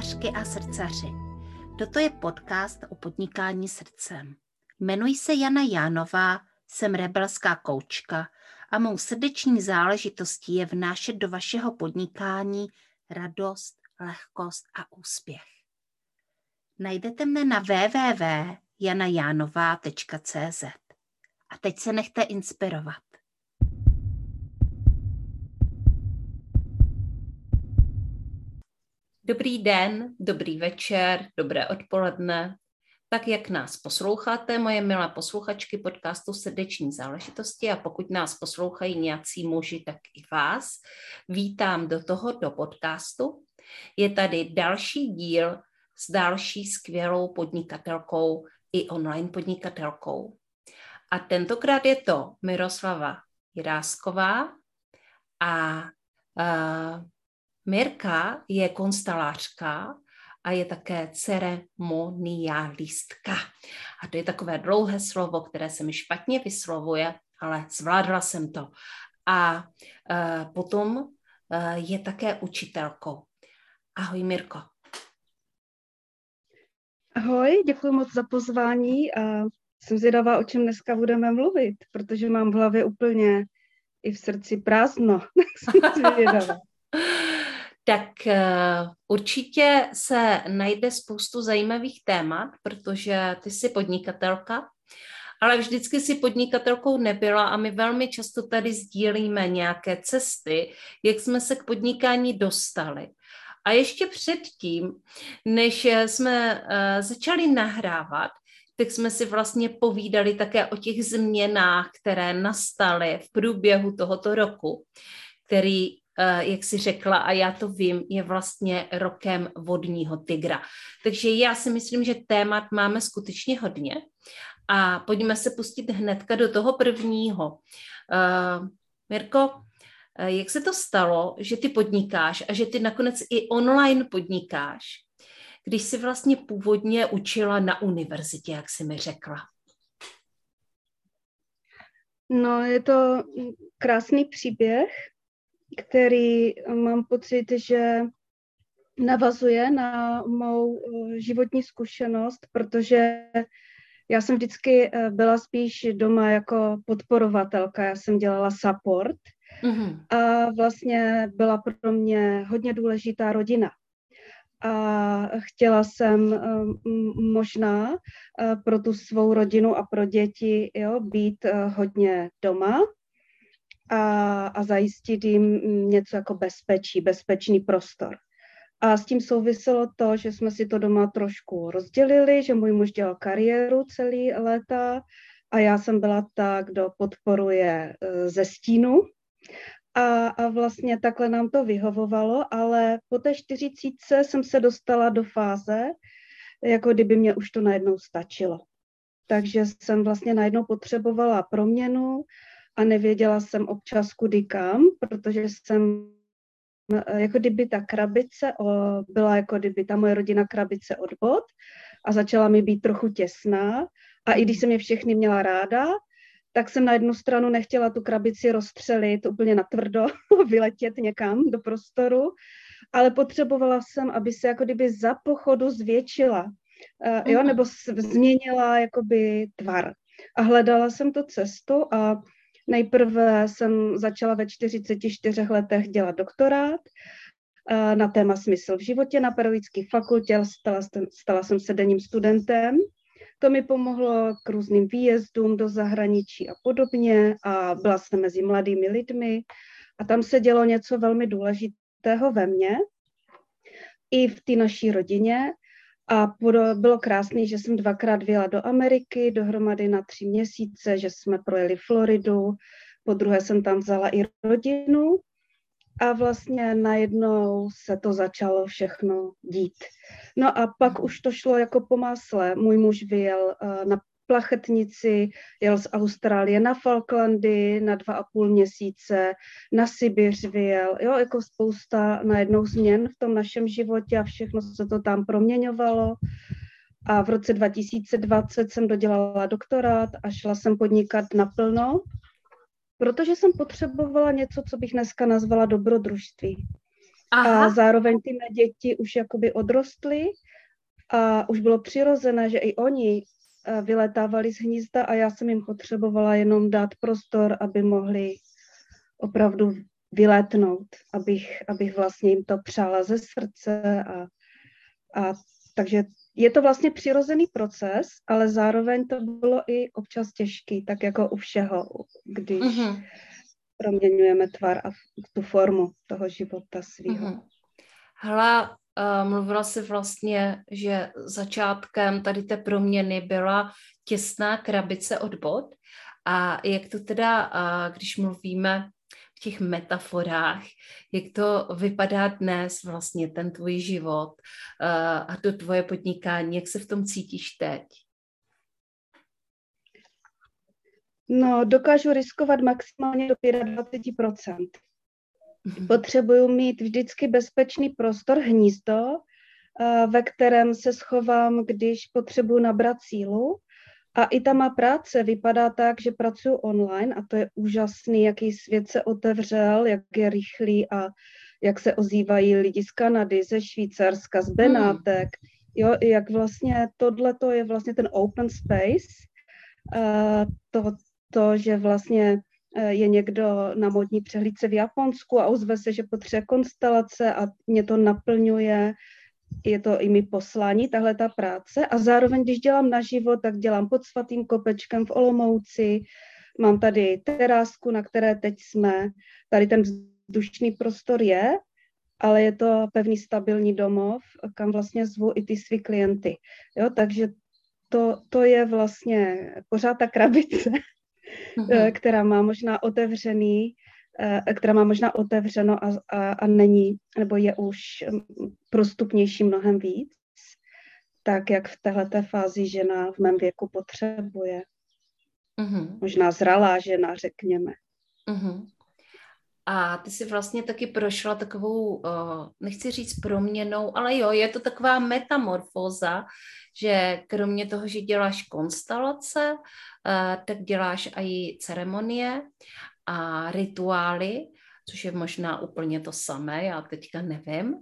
srdcařky a srdcaři. Toto je podcast o podnikání srdcem. Jmenuji se Jana Jánová, jsem rebelská koučka a mou srdeční záležitostí je vnášet do vašeho podnikání radost, lehkost a úspěch. Najdete mne na www.janajanova.cz. A teď se nechte inspirovat. Dobrý den, dobrý večer, dobré odpoledne. Tak jak nás posloucháte, moje milé posluchačky podcastu Srdeční záležitosti, a pokud nás poslouchají nějací muži, tak i vás, vítám do podcastu. Je tady další díl s další skvělou podnikatelkou i online podnikatelkou. A tentokrát je to Miroslava Jirásková a Mirka je konstelářka a je také ceremonialistka. A to je takové dlouhé slovo, které se mi špatně vyslovuje, ale zvládla jsem to. A potom je také učitelkou. Ahoj, Mirko. Ahoj, děkuji moc za pozvání a jsem zvědavá, o čem dneska budeme mluvit, protože mám v hlavě úplně i v srdci prázdno. Jsem zvědavá. Tak určitě se najde spoustu zajímavých témat, protože ty jsi podnikatelka, ale vždycky si podnikatelkou nebyla a my velmi často tady sdílíme nějaké cesty, jak jsme se k podnikání dostali. A ještě předtím, než jsme začali nahrávat, tak jsme si vlastně povídali také o těch změnách, které nastaly v průběhu tohoto roku, který, jak jsi řekla, a já to vím, je vlastně rokem vodního tygra. Takže já si myslím, že témat máme skutečně hodně a pojďme se pustit hnedka do toho prvního. Mirko, jak se to stalo, že ty podnikáš a že ty nakonec i online podnikáš, když jsi vlastně původně učila na univerzitě, jak jsi mi řekla? No, je to krásný příběh, který mám pocit, že navazuje na mou životní zkušenost, protože já jsem vždycky byla spíš doma jako podporovatelka, já jsem dělala support a vlastně byla pro mě hodně důležitá rodina. A chtěla jsem možná pro tu svou rodinu a pro děti být hodně doma a zajistit jim něco jako bezpečný prostor. A s tím souviselo to, že jsme si to doma trošku rozdělili, že můj muž dělal kariéru celý léta a já jsem byla ta, kdo podporuje ze stínu. A vlastně takhle nám to vyhovovalo, ale po té 40 jsem se dostala do fáze, jako kdyby mě už to najednou stačilo. Takže jsem vlastně najednou potřebovala proměnu a nevěděla jsem občas kudy kam, protože jsem jako kdyby ta krabice byla jako kdyby ta moje rodina krabice od bod a začala mi být trochu těsná a i když jsem je všechny měla ráda, tak jsem na jednu stranu nechtěla tu krabici rozstřelit úplně natvrdo, vyletět někam do prostoru, ale potřebovala jsem, aby se jako kdyby za pochodu zvětšila, nebo změnila jakoby tvar. A hledala jsem tu cestu a nejprve jsem začala ve 44 letech dělat doktorát na téma smysl v životě na pedagogické fakultě, stala jsem se denním studentem. To mi pomohlo k různým výjezdům do zahraničí a podobně a byla jsem mezi mladými lidmi a tam se dělo něco velmi důležitého ve mně i v té naší rodině a bylo krásné, že jsem 2krát vyjela do Ameriky, dohromady na 3 měsíce, že jsme projeli Floridu, podruhé jsem tam vzala i rodinu a vlastně najednou se to začalo všechno dít. No a pak už to šlo jako po másle. Můj muž vyjel na plachetnici, jel z Austrálie na Falklandy na 2,5 měsíce, na Sibiř vyjel, jako spousta najednou změn v tom našem životě a všechno se to tam proměňovalo. A v roce 2020 jsem dodělala doktorát a šla jsem podnikat naplno, protože jsem potřebovala něco, co bych dneska nazvala dobrodružství. A Aha. zároveň ty mé děti už jakoby odrostly a už bylo přirozené, že i oni vyletávali z hnízda a já jsem jim potřebovala jenom dát prostor, aby mohli opravdu vylétnout, abych vlastně jim to přála ze srdce a takže je to vlastně přirozený proces, ale zároveň to bylo i občas těžký, tak jako u všeho, když Mhm. proměňujeme tvar a tu formu toho života svého. Mhm. Hala, mluvila jsi vlastně, že začátkem tady té proměny byla těsná krabice od bot. A jak to teda, když mluvíme v těch metaforách, jak to vypadá dnes vlastně ten tvůj život a to tvoje podnikání, jak se v tom cítíš teď? No, dokážu riskovat maximálně do 25%. Potřebuju mít vždycky bezpečný prostor, hnízdo, ve kterém se schovám, když potřebuji nabrat sílu. A i ta má práce vypadá tak, že pracuji online a to je úžasný, jaký svět se otevřel, jak je rychlý a jak se ozývají lidi z Kanady, ze Švýcarska, z Benátek. Jo, jak vlastně tohleto je vlastně ten open space, to, že vlastně je někdo na modní přehlídce v Japonsku a ozve se, že potřebuje konstelace a mě to naplňuje. Je to i mi poslání, tahle ta práce. A zároveň, když dělám naživo, tak dělám pod Svatým kopečkem v Olomouci. Mám tady terásku, na které teď jsme. Tady ten vzdušný prostor je, ale je to pevný stabilní domov, kam vlastně zvu i ty svý klienty. Jo, takže to je vlastně pořád ta krabice, která má možná otevřeno a není, nebo je už prostupnější mnohem víc, tak jak v téhleté fázi žena v mém věku potřebuje. Možná zralá žena, řekněme. A ty si vlastně taky prošla takovou, nechci říct proměnou, ale jo, je to taková metamorfóza, že kromě toho, že děláš konstelace, tak děláš i ceremonie a rituály, což je možná úplně to samé, já teďka nevím,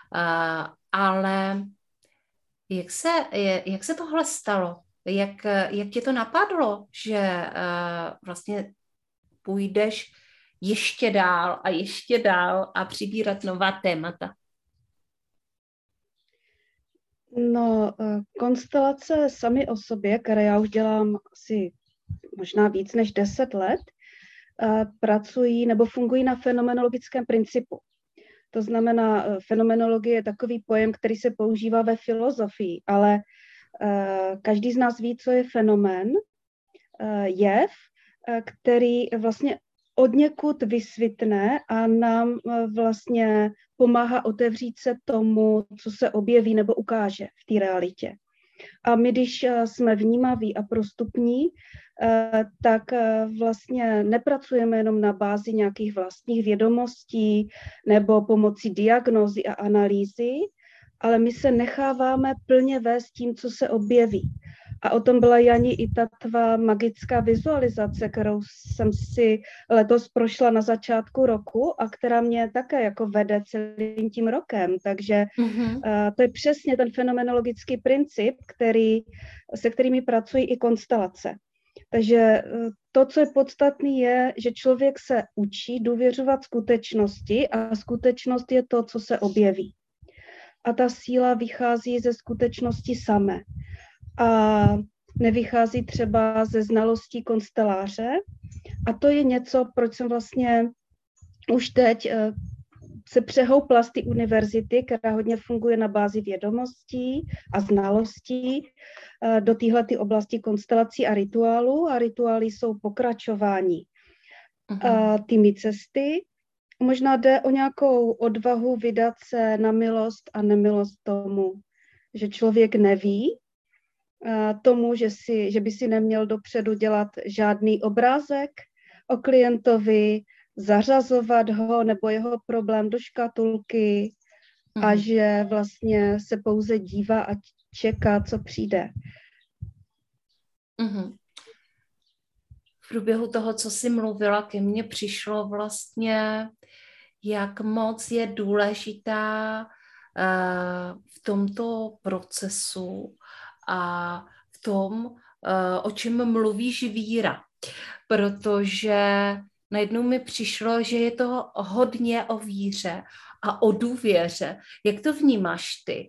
ale jak se tohle stalo? Jak tě to napadlo, že vlastně půjdeš ještě dál a přibírat nová témata? No, konstelace sami o sobě, které já už dělám asi možná víc než 10 let, pracují nebo fungují na fenomenologickém principu. To znamená, fenomenologie je takový pojem, který se používá ve filozofii, ale každý z nás ví, co je fenomén, jev, který vlastně odněkud vysvětne a nám vlastně pomáhá otevřít se tomu, co se objeví nebo ukáže v té realitě. A my, když jsme vnímaví a prostupní, tak vlastně nepracujeme jenom na bázi nějakých vlastních vědomostí nebo pomocí diagnózy a analýzy, ale my se necháváme plně vést tím, co se objeví. A o tom byla, Jani, i ta tvá magická vizualizace, kterou jsem si letos prošla na začátku roku a která mě také jako vede celým tím rokem. Takže to je přesně ten fenomenologický princip, se kterými pracují i konstelace. Takže to, co je podstatné, je, že člověk se učí důvěřovat skutečnosti a skutečnost je to, co se objeví. A ta síla vychází ze skutečnosti samé. A nevychází třeba ze znalostí konsteláře. A to je něco, proč jsem vlastně už teď se přehoupla z té univerzity, která hodně funguje na bázi vědomostí a znalostí, do téhleté oblasti konstelací a rituálů. A rituály jsou pokračování tými cesty. Možná jde o nějakou odvahu vydat se na milost a nemilost tomu, že člověk neví, tomu, že by si neměl dopředu dělat žádný obrázek o klientovi, zařazovat ho nebo jeho problém do škatulky a že vlastně se pouze dívá a čeká, co přijde. V průběhu toho, co jsi mluvila, ke mně přišlo vlastně, jak moc je důležitá v tomto procesu a v tom, o čem mluvíš, víra. Protože najednou mi přišlo, že je to hodně o víře a o důvěře. Jak to vnímáš ty?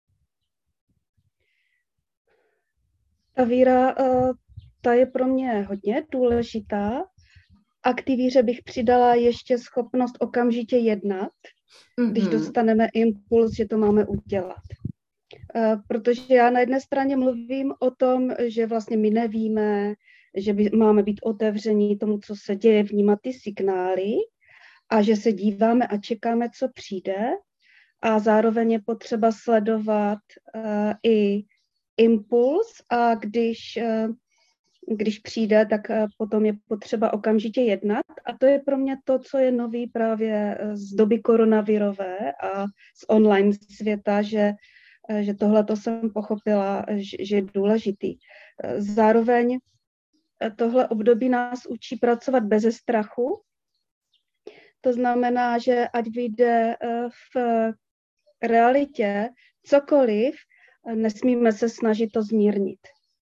Ta víra, ta je pro mě hodně důležitá. A k té víře bych přidala ještě schopnost okamžitě jednat, když dostaneme impuls, že to máme udělat. Protože já na jedné straně mluvím o tom, že vlastně my nevíme, že máme být otevření tomu, co se děje, vnímat ty signály a že se díváme a čekáme, co přijde. A zároveň je potřeba sledovat i impuls a když přijde, tak potom je potřeba okamžitě jednat. A to je pro mě to, co je nový právě z doby koronavirové a z online světa, že tohle to jsem pochopila, že je důležitý. Zároveň tohle období nás učí pracovat beze strachu. To znamená, že ať vyjde v realitě cokoliv, nesmíme se snažit to zmírnit.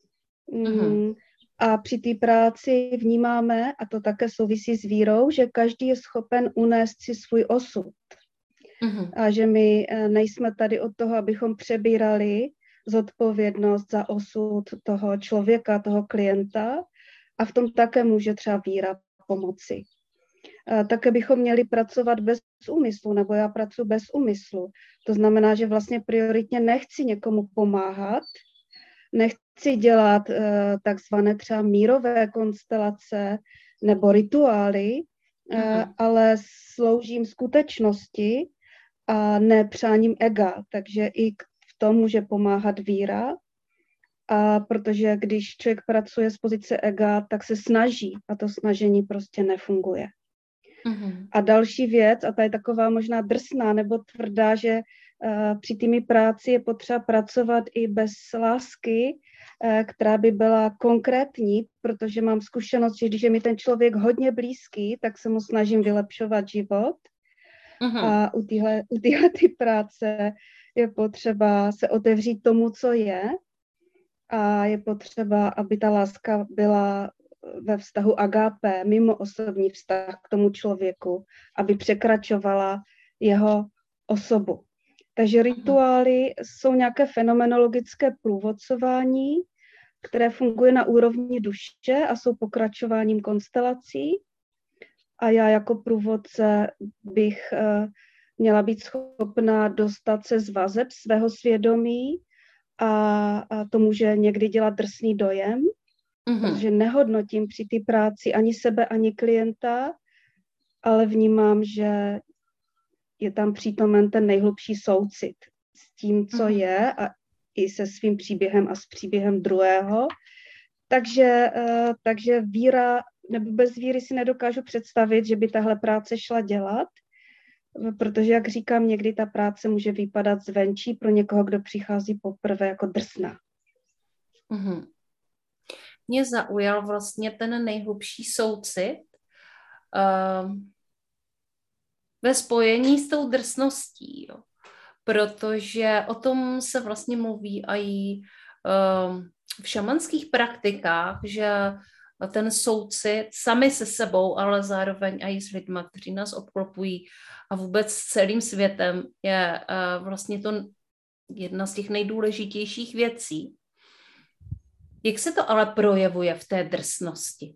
A při té práci vnímáme, a to také souvisí s vírou, že každý je schopen unést si svůj osud. A že my nejsme tady od toho, abychom přebírali zodpovědnost za osud toho člověka, toho klienta. A v tom také může třeba víra pomoci. Také bychom měli pracovat bez úmyslu, nebo já pracuji bez úmyslu. To znamená, že vlastně prioritně nechci někomu pomáhat, nechci dělat takzvané třeba mírové konstelace nebo rituály, ale sloužím skutečnosti a ne přáním ega. Takže i v tom může pomáhat víra. A protože když člověk pracuje z pozice ega, tak se snaží a to snažení prostě nefunguje. A další věc, a ta je taková možná drsná nebo tvrdá, že při týmy práci je potřeba pracovat i bez lásky, která by byla konkrétní, protože mám zkušenost, že když je mi ten člověk hodně blízký, tak se mu snažím vylepšovat život. A u téhle práce je potřeba se otevřít tomu, co je, a je potřeba, aby ta láska byla ve vztahu agape, mimo osobní vztah k tomu člověku, aby překračovala jeho osobu. Takže rituály jsou nějaké fenomenologické průvodcování, které funguje na úrovni duše a jsou pokračováním konstelací. A já jako průvodce bych měla být schopná dostat se z vazeb svého svědomí a to může někdy dělat drsný dojem, protože nehodnotím při té práci ani sebe, ani klienta, ale vnímám, že je tam přítomen ten nejhlubší soucit s tím, co je, a i se svým příběhem a s příběhem druhého. Takže víra, nebo bez víry si nedokážu představit, že by tahle práce šla dělat, protože, jak říkám, někdy ta práce může vypadat zvenčí pro někoho, kdo přichází poprvé, jako drsná. Mě zaujal vlastně ten nejhlubší soucit ve spojení s tou drsností, jo. Protože o tom se vlastně mluví i v šamanských praktikách, že ten soucit sami se sebou, ale zároveň i s lidmi, kteří nás obklopují a vůbec s celým světem, je vlastně to jedna z těch nejdůležitějších věcí. Jak se to ale projevuje v té drsnosti?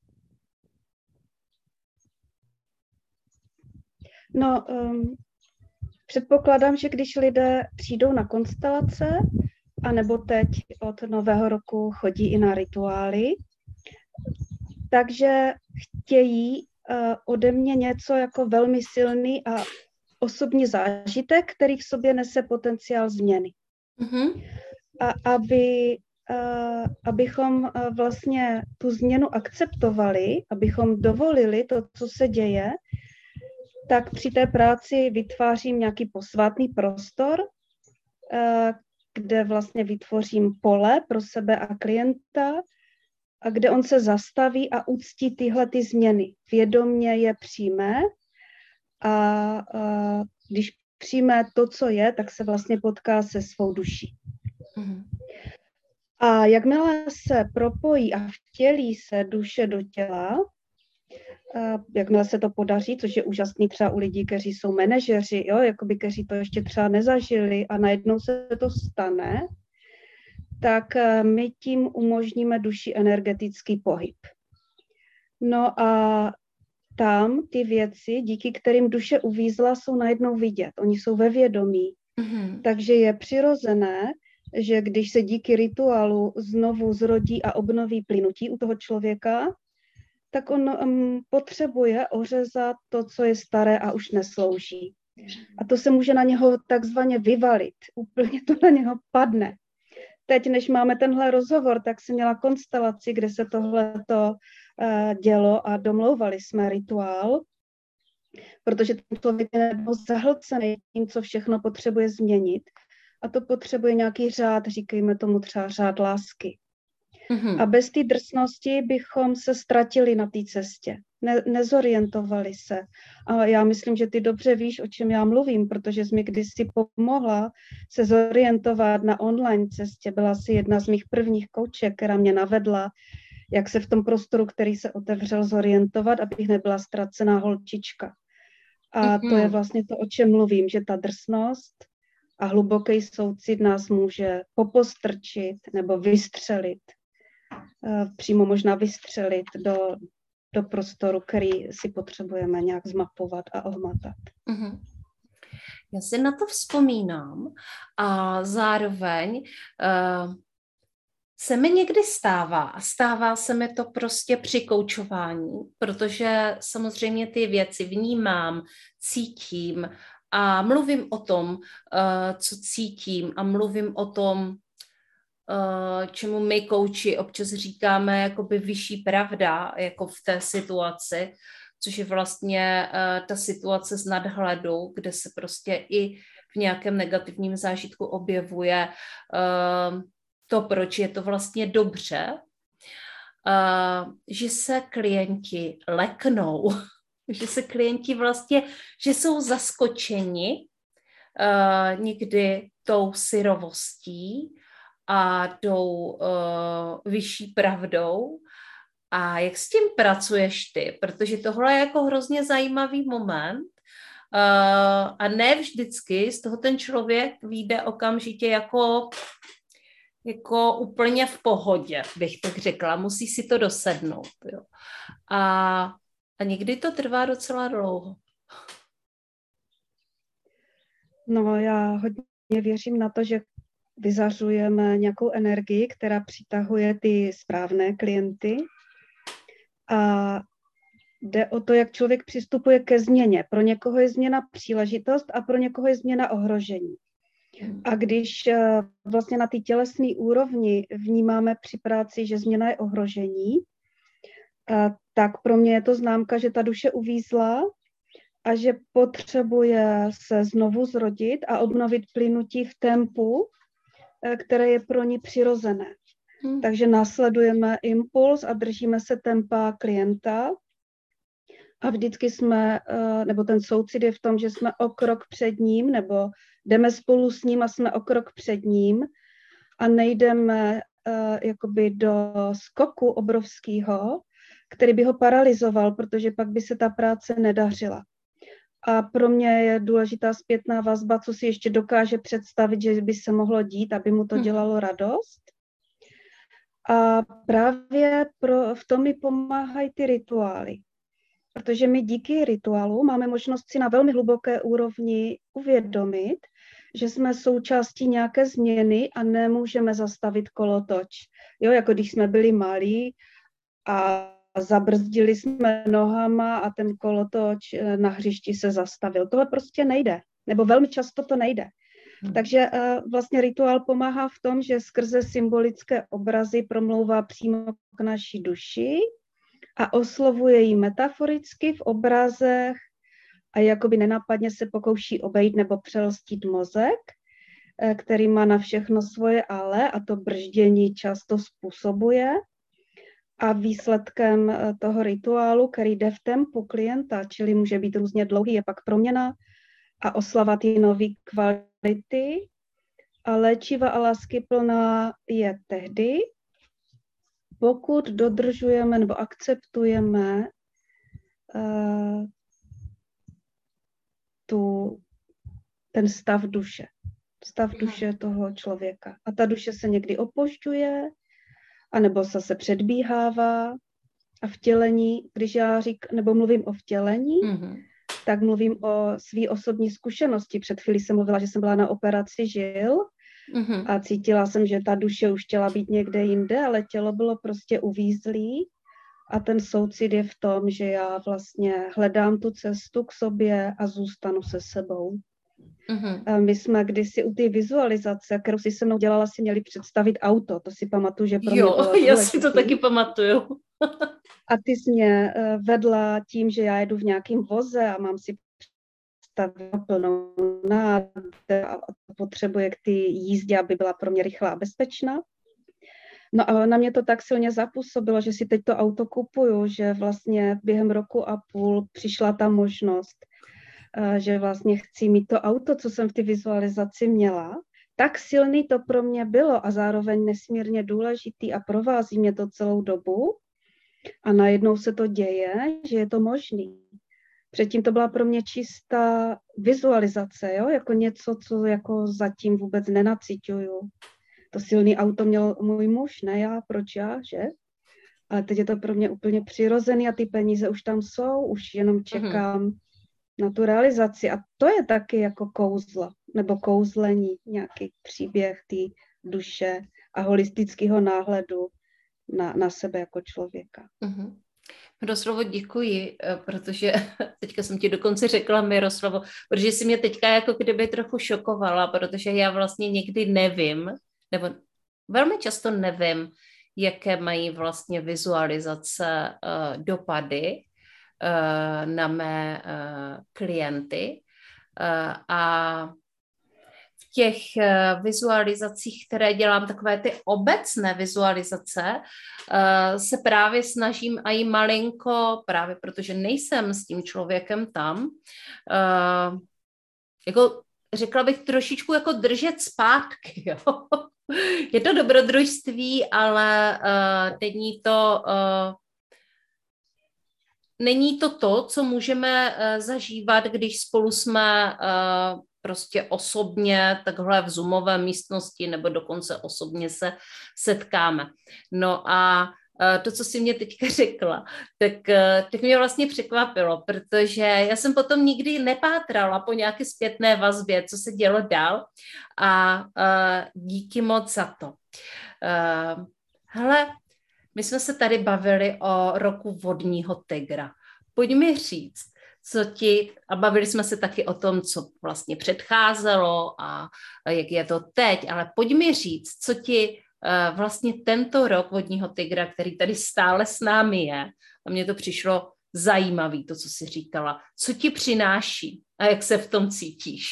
No, předpokládám, že když lidé přijdou na konstelace, anebo teď od Nového roku chodí i na rituály, takže chtějí ode mě něco jako velmi silný a osobní zážitek, který v sobě nese potenciál změny. A abychom vlastně tu změnu akceptovali, abychom dovolili to, co se děje, tak při té práci vytvářím nějaký posvátný prostor, kde vlastně vytvořím pole pro sebe a klienta, a kde on se zastaví a uctí tyhle ty změny. Vědomě je přijme a když přijme to, co je, tak se vlastně potká se svou duší. A jakmile se propojí a vtělí se duše do těla, jakmile se to podaří, což je úžasný třeba u lidí, kteří jsou manažeři, jo, jakoby, kteří to ještě třeba nezažili a najednou se to stane, tak my tím umožníme duši energetický pohyb. No a tam ty věci, díky kterým duše uvízla, jsou najednou vidět. Oni jsou ve vědomí. Takže je přirozené, že když se díky rituálu znovu zrodí a obnoví plynutí u toho člověka, tak on potřebuje ořezat to, co je staré a už neslouží. A to se může na něho takzvaně vyvalit. Úplně to na něho padne. Teď, než máme tenhle rozhovor, tak jsem měla konstelaci, kde se tohleto dělo a domlouvali jsme rituál, protože ten člověk je nebo zahlcený tím, co všechno potřebuje změnit. A to potřebuje nějaký řád, říkejme tomu třeba řád lásky. A bez té drsnosti bychom se ztratili na té cestě. Nezorientovali se. A já myslím, že ty dobře víš, o čem já mluvím, protože jsi mi kdysi pomohla se zorientovat na online cestě. Byla jsi jedna z mých prvních kouček, která mě navedla, jak se v tom prostoru, který se otevřel, zorientovat, abych nebyla ztracená holčička. A to je vlastně to, o čem mluvím, že ta drsnost a hluboký soucit nás může popostrčit nebo vystřelit. Přímo možná vystřelit do prostoru, který si potřebujeme nějak zmapovat a ohmatat. Já si na to vzpomínám a zároveň se mi někdy stává se mi to prostě při koučování, protože samozřejmě ty věci vnímám, cítím a mluvím o tom, co cítím a mluvím o tom, čemu my kouči občas říkáme jakoby vyšší pravda jako v té situaci, což je vlastně ta situace z nadhledu, kde se prostě i v nějakém negativním zážitku objevuje to, proč je to vlastně dobře, že se klienti leknou, že se klienti vlastně, že jsou zaskočeni někdy tou syrovostí a tou vyšší pravdou. A jak s tím pracuješ ty? Protože tohle je jako hrozně zajímavý moment a ne vždycky z toho ten člověk vyjde okamžitě jako úplně v pohodě, bych tak řekla. Musí si to dosednout. Jo. A někdy to trvá docela dlouho. No, já hodně věřím na to, že vyzařujeme nějakou energii, která přitahuje ty správné klienty. A jde o to, jak člověk přistupuje ke změně. Pro někoho je změna příležitost a pro někoho je změna ohrožení. A když vlastně na té tělesné úrovni vnímáme při práci, že změna je ohrožení, tak pro mě je to známka, že ta duše uvízla a že potřebuje se znovu zrodit a obnovit plynutí v tempu, které je pro ní přirozené. Takže následujeme impuls a držíme se tempa klienta a vždycky jsme, nebo ten soucit je v tom, že jsme o krok před ním, nebo jdeme spolu s ním a jsme o krok před ním a nejdeme jakoby do skoku obrovského, který by ho paralyzoval, protože pak by se ta práce nedařila. A pro mě je důležitá zpětná vazba, co si ještě dokáže představit, že by se mohlo dít, aby mu to dělalo radost. A právě v tom mi pomáhají ty rituály. Protože my díky rituálu máme možnost si na velmi hluboké úrovni uvědomit, že jsme součástí nějaké změny a nemůžeme zastavit kolotoč. Jo, jako když jsme byli malí a zabrzdili jsme nohama a ten kolotoč na hřišti se zastavil. Tohle prostě nejde, nebo velmi často to nejde. Takže vlastně rituál pomáhá v tom, že skrze symbolické obrazy promlouvá přímo k naší duši a oslovuje ji metaforicky v obrazech a jakoby nenápadně se pokouší obejít nebo přelstít mozek, který má na všechno svoje ale a to brždění často způsobuje. A výsledkem toho rituálu, který jde v tempu klienta, čili může být různě dlouhý, je pak proměna a oslava té nové kvality. A léčiva a láskyplná je tehdy, pokud dodržujeme nebo akceptujeme ten stav duše. Stav duše toho člověka. A ta duše se někdy opožďuje, anebo se předbíhává. A vtělení, když já mluvím o vtělení, tak mluvím o své osobní zkušenosti. Před chvílí jsem mluvila, že jsem byla na operaci žil a cítila jsem, že ta duše už chtěla být někde jinde, ale tělo bylo prostě uvízlý. A ten soucit je v tom, že já vlastně hledám tu cestu k sobě a zůstanu se sebou. My jsme kdysi u té vizualizace, kterou si se mnou dělala, si měli představit auto. To si pamatuju, že pro mě bylo důležitý. Já si to taky pamatuju. A ty jsi mě vedla tím, že já jedu v nějakém voze a mám si představit plnou nádech a potřebuje k té jízdě, aby byla pro mě rychlá a bezpečná. No a na mě to tak silně zapůsobilo, že si teď to auto kupuju, že vlastně během roku a půl přišla ta možnost, že vlastně chci mít to auto, co jsem v té vizualizaci měla. Tak silný to pro mě bylo a zároveň nesmírně důležitý a provází mě to celou dobu. A najednou se to děje, že je to možný. Předtím to byla pro mě čistá vizualizace, jo? Jako něco, co jako zatím vůbec nenacituju. To silný auto měl můj muž, ne já, proč já, že? Ale teď je to pro mě úplně přirozený a ty peníze už tam jsou, už jenom čekám na tu realizaci. A to je taky jako kouzlo, nebo kouzlení, nějaký příběh té duše a holistického náhledu na sebe jako člověka. Miroslavo, děkuji, protože teďka jsem ti dokonce řekla Miroslavo, protože jsi mě teďka jako kdyby trochu šokovala, protože já vlastně někdy nevím, nebo velmi často nevím, jaké mají vlastně vizualizace dopady na mé klienty a v těch vizualizacích, které dělám, takové ty obecné vizualizace, se právě snažím i malinko, právě protože nejsem s tím člověkem tam, jako řekla bych trošičku jako držet zpátky, jo. Je to dobrodružství, ale není to to, co můžeme zažívat, když spolu jsme prostě osobně takhle v zoomové místnosti nebo dokonce osobně se setkáme. No a to, co jsi mě teďka řekla, tak mě vlastně překvapilo, protože já jsem potom nikdy nepátrala po nějaké zpětné vazbě, co se dělo dál a díky moc za to. Hele, my jsme se tady bavili o roku vodního tygra. Pojď mi říct, a bavili jsme se taky o tom, co vlastně předcházelo a jak je to teď, ale pojď mi říct, co ti vlastně tento rok vodního tygra, který tady stále s námi je, a mně to přišlo zajímavý, to, co jsi říkala, co ti přináší a jak se v tom cítíš?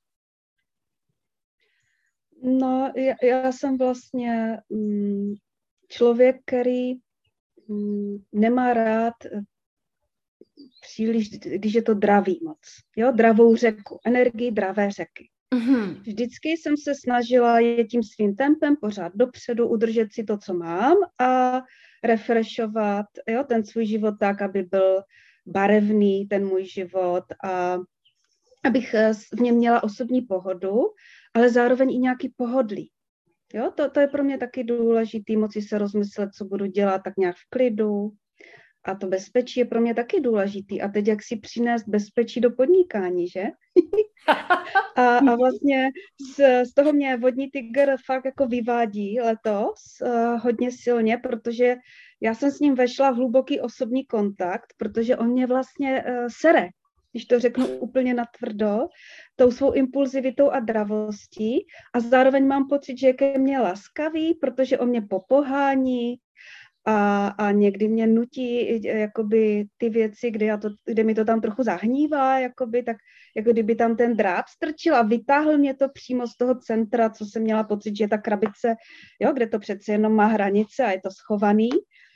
No, já jsem vlastně člověk, který nemá rád příliš, když je to dravý moc. Jo, dravou řeku, energii dravé řeky. Vždycky jsem se snažila jít tím svým tempem pořád dopředu, udržet si to, co mám a refreshovat ten svůj život tak, aby byl barevný, ten můj život a abych v něm měla osobní pohodu, ale zároveň i nějaký pohodlí. Jo, to je pro mě taky důležitý, moci se rozmyslet, co budu dělat tak nějak v klidu. A to bezpečí je pro mě taky důležitý. A teď jak si přinést bezpečí do podnikání, že? a vlastně z toho mě vodní tygr fakt jako vyvádí letos hodně silně, protože já jsem s ním vešla v hluboký osobní kontakt, protože on mě vlastně sere, když to řeknu úplně natvrdo, tou svou impulzivitou a dravostí a zároveň mám pocit, že je ke mně laskavý, protože on mě popohání a někdy mě nutí jakoby ty věci, kde mi to tam trochu zahnívá, jakoby, tak jako kdyby tam ten drát strčil a vytáhl mě to přímo z toho centra, co jsem měla pocit, že je ta krabice, jo, kde to přece jenom má hranice a je to schovaný.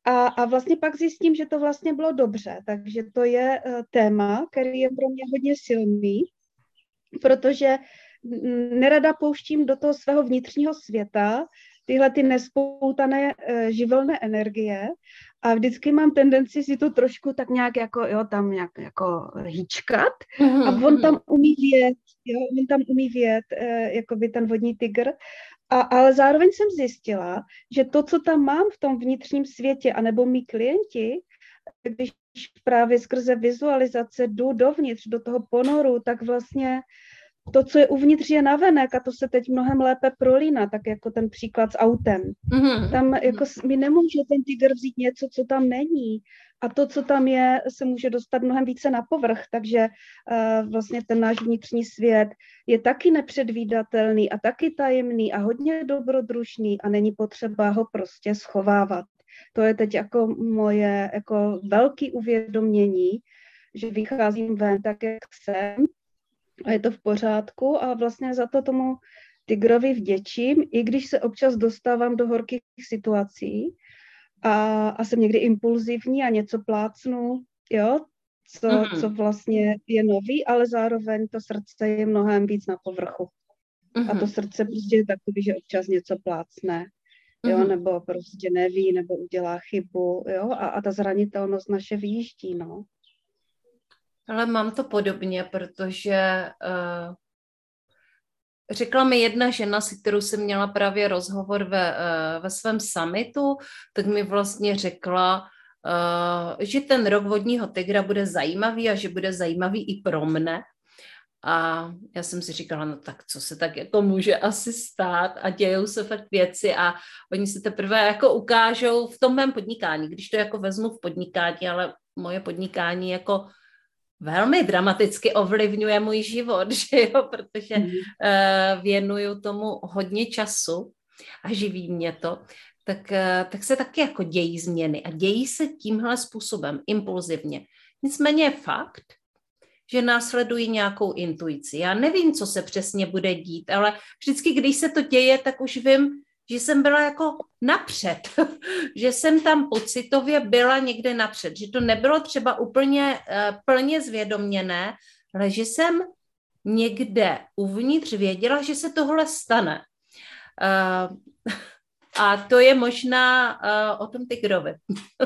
A vlastně pak zjistím, že to vlastně bylo dobře. Takže to je téma, který je pro mě hodně silný, protože nerada pouštím do toho svého vnitřního světa tyhle ty nespoutané živelné energie a vždycky mám tendenci si to trošku tak nějak tam nějak jako hýčkat a on tam umí vět, jakoby ten vodní tygr. Ale zároveň jsem zjistila, že to, co tam mám v tom vnitřním světě, anebo mý klienti, když právě skrze vizualizace jdu dovnitř, do toho ponoru, tak vlastně to, co je uvnitř, je navenek a to se teď mnohem lépe prolíná, tak jako ten příklad s autem. Tam jako mi nemůže ten tygr vzít něco, co tam není. A to, co tam je, se může dostat mnohem více na povrch, takže vlastně ten náš vnitřní svět je taky nepředvídatelný a taky tajemný a hodně dobrodružný a není potřeba ho prostě schovávat. To je teď jako moje jako velké uvědomění, že vycházím ven tak, jak jsem a je to v pořádku a vlastně za to tomu tygrovi vděčím, i když se občas dostávám do horkých situací a jsem někdy impulzivní a něco plácnu, jo, co vlastně je nový, ale zároveň to srdce je mnohem víc na povrchu. A to srdce prostě je takový, že občas něco plácne, jo, nebo prostě neví, nebo udělá chybu, jo, a ta zranitelnost naše vyjíždí, no. Ale mám to podobně, protože řekla mi jedna žena, se kterou jsem měla právě rozhovor ve svém summitu, tak mi vlastně řekla, že ten rok vodního tygra bude zajímavý a že bude zajímavý i pro mne. A já jsem si říkala, no tak co se tak jako může asi stát a dějou se fakt věci a oni se teprve jako ukážou v tom mém podnikání, když to jako vezmu v podnikání, ale moje podnikání jako velmi dramaticky ovlivňuje můj život, že jo, protože věnuju tomu hodně času a živí mě to, tak se taky jako dějí změny a dějí se tímhle způsobem, impulzivně. Nicméně je fakt, že následují nějakou intuici. Já nevím, co se přesně bude dít, ale vždycky, když se to děje, tak už vím, že jsem byla jako napřed, že jsem tam pocitově byla někde napřed, že to nebylo třeba úplně plně zvědoměné, ale že jsem někde uvnitř věděla, že se tohle stane. A to je možná o tom tygrovi.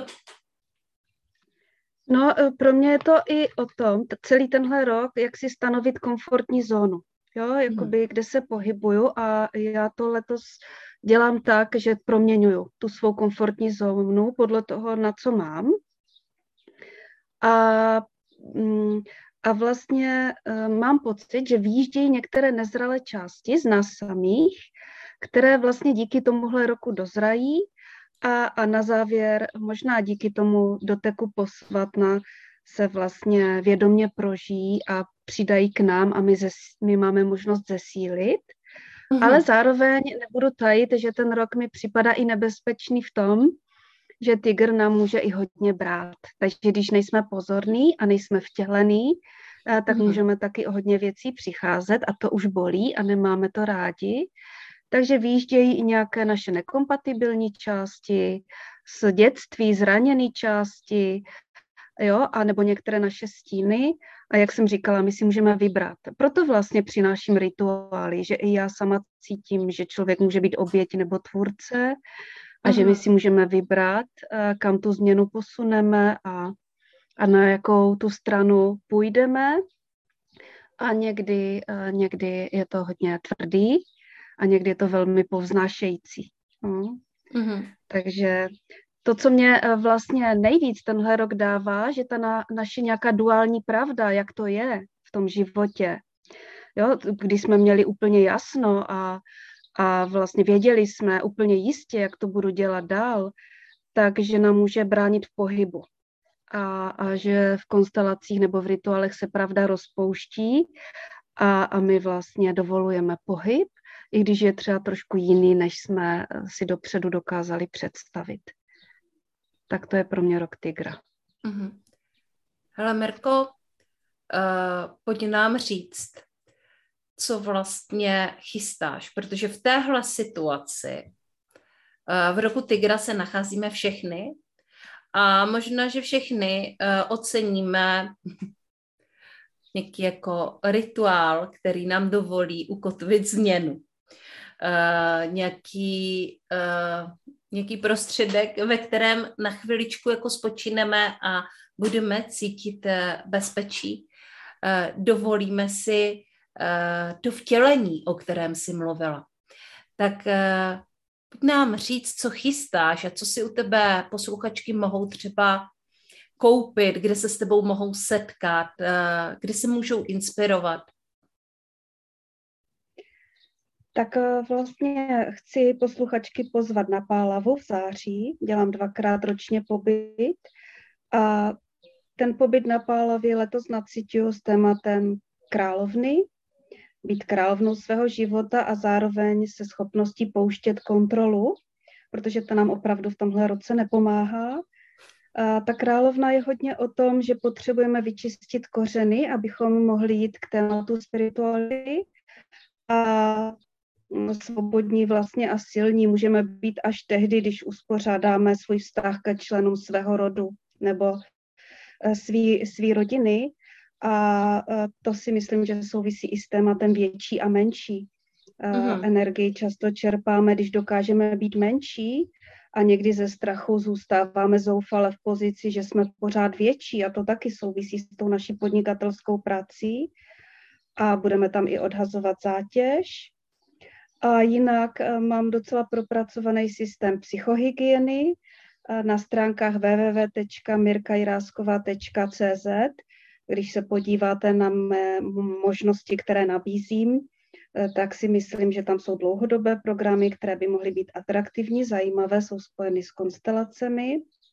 No, pro mě je to i o tom, celý tenhle rok, jak si stanovit komfortní zónu, jo, jakoby, kde se pohybuju a já to letos dělám tak, že proměňuju tu svou komfortní zónu podle toho, na co mám. A vlastně mám pocit, že výjíždějí některé nezralé části z nás samých, které vlastně díky tomuhle roku dozrají a na závěr možná díky tomu doteku posvatna se vlastně vědomě prožijí a přidají k nám a my máme možnost zesílit. Ale zároveň nebudu tajit, že ten rok mi připadá i nebezpečný v tom, že tygr nám může i hodně brát. Takže když nejsme pozorní a nejsme vtělení, tak můžeme taky o hodně věcí přicházet a to už bolí a nemáme to rádi. Takže vyjíždějí i nějaké naše nekompatibilní části, z dětství zraněné části, jo, a nebo některé naše stíny. A jak jsem říkala, my si můžeme vybrat. Proto vlastně přináším rituály, že i já sama cítím, že člověk může být oběť nebo tvůrce a že my si můžeme vybrat, kam tu změnu posuneme a na jakou tu stranu půjdeme. A někdy je to hodně tvrdý a někdy je to velmi povznášející. Takže to, co mě vlastně nejvíc tenhle rok dává, že ta naše nějaká duální pravda, jak to je v tom životě, jo, když jsme měli úplně jasno a vlastně věděli jsme úplně jistě, jak to budu dělat dál, takže nám může bránit v pohybu. A že v konstelacích nebo v rituálech se pravda rozpouští a my vlastně dovolujeme pohyb, i když je třeba trošku jiný, než jsme si dopředu dokázali představit. Tak to je pro mě rok tygra. Hele, Mirko, pojď nám říct, co vlastně chystáš, protože v téhle situaci v roku tygra se nacházíme všechny A možná, že všechny oceníme nějaký jako rituál, který nám dovolí ukotvit změnu. Nějaký prostředek, ve kterém na chviličku jako spočineme a budeme cítit bezpečí. Dovolíme si to vtělení, o kterém jsi mluvila. Tak pojď nám říct, co chystáš a co si u tebe posluchačky mohou třeba koupit, kde se s tebou mohou setkat, kde se můžou inspirovat. Tak vlastně chci posluchačky pozvat na Pálavu v září. Dělám 2krát ročně pobyt a ten pobyt na Pálavě letos nacituju s tématem královny, být královnou svého života a zároveň se schopností pouštět kontrolu, protože to nám opravdu v tomhle roce nepomáhá. A ta královna je hodně o tom, že potřebujeme vyčistit kořeny, abychom mohli jít k tématu spirituality a svobodní vlastně a silní můžeme být až tehdy, když uspořádáme svůj vztah ke členům svého rodu nebo svý rodiny. A to si myslím, že souvisí i s tématem větší a menší. Energii často čerpáme, když dokážeme být menší a někdy ze strachu zůstáváme zoufale v pozici, že jsme pořád větší a to taky souvisí s tou naší podnikatelskou prací a budeme tam i odhazovat zátěž. A jinak mám docela propracovaný systém psychohygieny na stránkách www.mirkajráskova.cz. Když se podíváte na mé možnosti, které nabízím, tak si myslím, že tam jsou dlouhodobé programy, které by mohly být atraktivní, zajímavé, jsou spojeny s konstelacemi.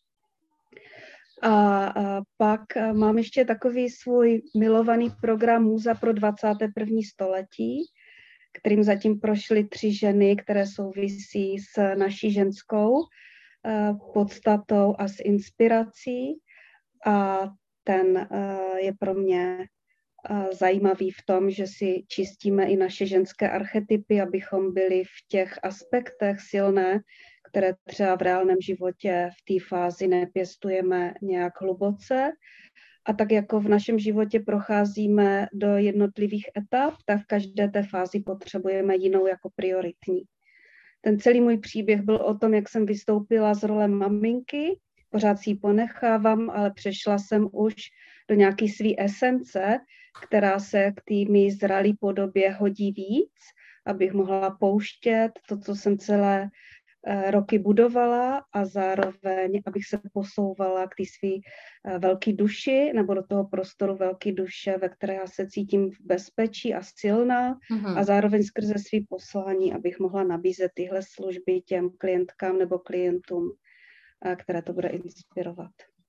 A pak mám ještě takový svůj milovaný program Můza pro 21. století, kterým zatím prošly 3 ženy, které souvisí s naší ženskou podstatou a s inspirací. A ten je pro mě zajímavý v tom, že si čistíme i naše ženské archetypy, abychom byli v těch aspektech silné, které třeba v reálném životě v té fázi nepěstujeme nějak hluboce. A tak jako v našem životě procházíme do jednotlivých etap, tak v každé té fázi potřebujeme jinou jako prioritní. Ten celý můj příběh byl o tom, jak jsem vystoupila z role maminky, pořád si ji ponechávám, ale přešla jsem už do nějaké své esence, která se k té mý zralé podobě hodí víc, abych mohla pouštět to, co jsem celé roky budovala a zároveň, abych se posouvala k té své velké duši nebo do toho prostoru velké duše, ve které já se cítím v bezpečí a silná a zároveň skrze své poslání, abych mohla nabízet tyhle služby těm klientkám nebo klientům, které to bude inspirovat.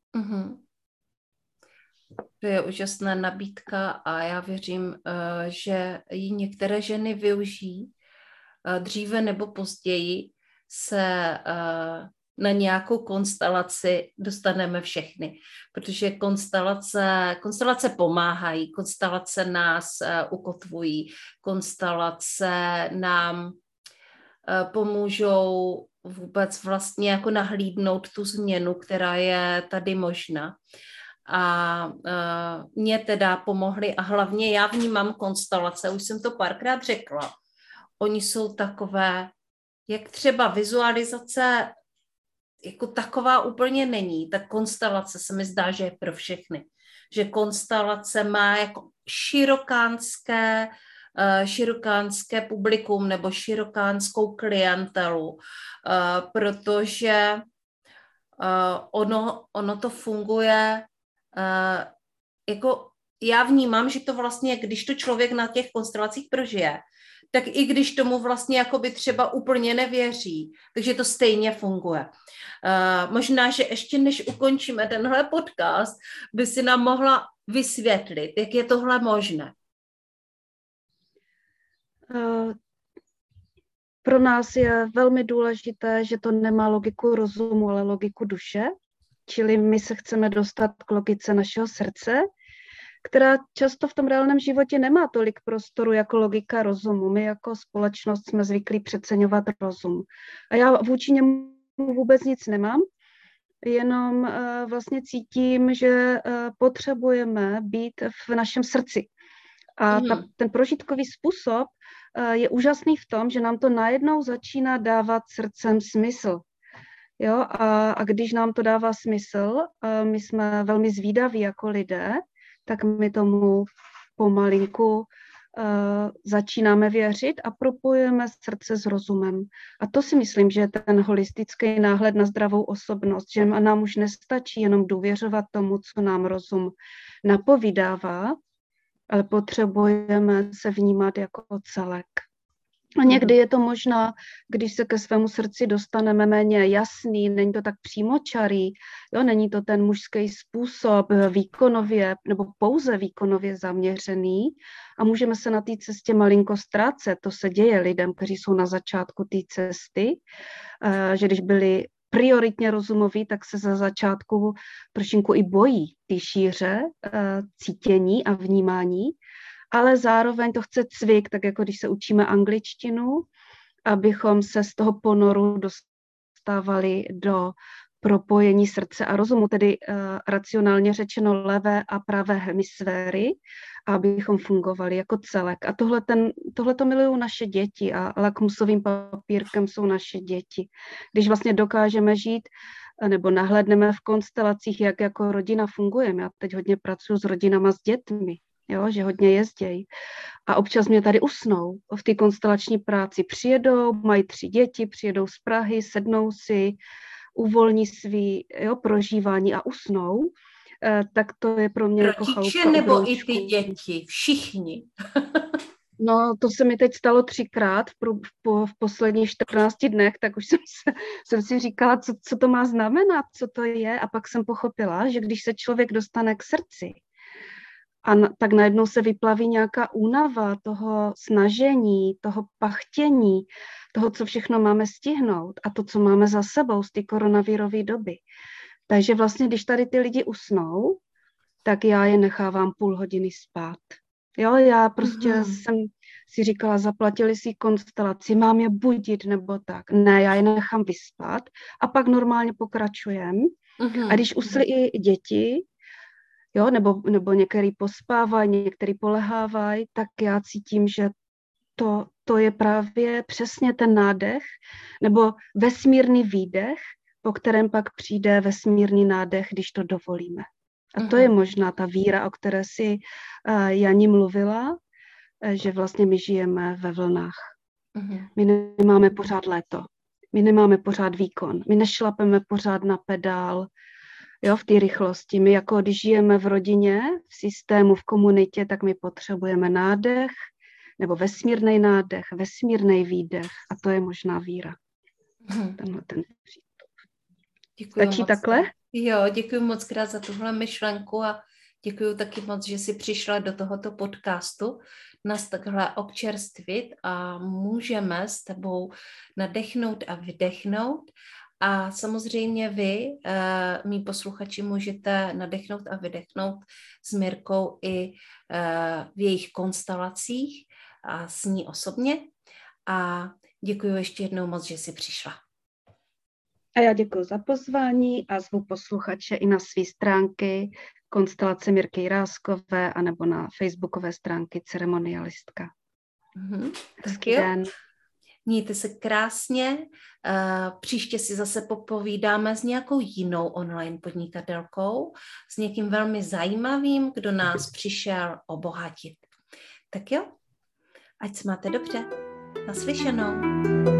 To je úžasná nabídka a já věřím, že ji některé ženy využijí. Dříve nebo později se na nějakou konstelaci dostaneme všechny, protože konstelace pomáhají, konstelace nás ukotvují, konstelace nám pomůžou vůbec vlastně jako nahlídnout tu změnu, která je tady možná. A mě teda pomohly a hlavně já vnímám konstelace, už jsem to párkrát řekla, oni jsou takové, jak třeba vizualizace jako taková úplně není, tak konstelace se mi zdá, že je pro všechny. Že konstelace má jako širokánské publikum nebo širokánskou klientelu, protože ono to funguje jako já vnímám, že to vlastně, když to člověk na těch konstelacích prožije, tak i když tomu vlastně jakoby třeba úplně nevěří, takže to stejně funguje. Možná, že ještě než ukončíme tenhle podcast, by si nám mohla vysvětlit, jak je tohle možné. Pro nás je velmi důležité, že to nemá logiku rozumu, ale logiku duše. Čili my se chceme dostat k logice našeho srdce, která často v tom reálném životě nemá tolik prostoru jako logika rozumu. My jako společnost jsme zvyklí přeceňovat rozum. A já vůči němu vůbec nic nemám, jenom vlastně cítím, že potřebujeme být v našem srdci. A ten prožitkový způsob je úžasný v tom, že nám to najednou začíná dávat srdcem smysl. Jo? A když nám to dává smysl, my jsme velmi zvídaví jako lidé, tak my tomu pomalinku začínáme věřit a propojujeme srdce s rozumem. A to si myslím, že je ten holistický náhled na zdravou osobnost, že nám už nestačí jenom důvěřovat tomu, co nám rozum napovídává, ale potřebujeme se vnímat jako celek. A někdy je to možná, když se ke svému srdci dostaneme méně jasný, není to tak přímočarý, jo, není to ten mužský způsob výkonově nebo pouze výkonově zaměřený a můžeme se na té cestě malinko ztrácet. To se děje lidem, kteří jsou na začátku té cesty, že když byli prioritně rozumoví, tak se za začátku trošinku i bojí ty šíře cítění a vnímání, ale zároveň to chce cvik, tak jako když se učíme angličtinu, abychom se z toho ponoru dostávali do propojení srdce a rozumu, tedy racionálně řečeno levé a pravé hemisféry, abychom fungovali jako celek. A tohleto milují naše děti a lakmusovým papírkem jsou naše děti. Když vlastně dokážeme žít nebo nahlédneme v konstelacích, jak jako rodina fungujeme. Já teď hodně pracuji s rodinama s dětmi, jo, že hodně jezdějí. A občas mě tady usnou v té konstelační práci. Přijedou, mají 3 děti, přijedou z Prahy, sednou si, uvolní svý prožívání a usnou, tak to je pro mě jako chalupka. Rodiče nebo i ty děti? Všichni. No, to se mi teď stalo 3krát v posledních 14 dnech, tak už jsem si říkala, co to má znamenat, co to je, a pak jsem pochopila, že když se člověk dostane k srdci, tak najednou se vyplaví nějaká únava toho snažení, toho pachtění, toho, co všechno máme stihnout a to, co máme za sebou z té koronavirové doby. Takže vlastně, když tady ty lidi usnou, tak já je nechávám půl hodiny spát. Jo, já prostě jsem si říkala, zaplatili si konstelaci, mám je budit nebo tak. Ne, já je nechám vyspat a pak normálně pokračujem. A když usly i děti, jo, nebo některý pospávají, některý polehávají, tak já cítím, že to je právě přesně ten nádech, nebo vesmírný výdech, po kterém pak přijde vesmírný nádech, když to dovolíme. A to je možná ta víra, o které si Jani mluvila, že vlastně my žijeme ve vlnách. My nemáme pořád léto, my nemáme pořád výkon, my nešlapeme pořád na pedál, jo, v té rychlosti. My jako když žijeme v rodině, v systému, v komunitě, tak my potřebujeme nádech, nebo vesmírný nádech, vesmírný výdech. A to je možná víra. Tenhle ten přístup. Stačí takhle? Jo, děkuji moc krát za tuhle myšlenku a děkuji taky moc, že jsi přišla do tohoto podcastu nás takhle občerstvit a můžeme s tebou nadechnout a vydechnout. A samozřejmě vy, mí posluchači, můžete nadechnout a vydechnout s Mirkou i v jejich konstelacích a s ní osobně. A děkuji ještě jednou moc, že jsi přišla. A já děkuji za pozvání a zvu posluchače i na své stránky konstelace Mirky Jiráskové anebo na facebookové stránky Ceremonialistka. Hezký den. Mějte se krásně. Příště si zase popovídáme s nějakou jinou online podnikatelkou, s někým velmi zajímavým, kdo nás přišel obohatit. Tak jo, ať se máte dobře. Naslyšenou.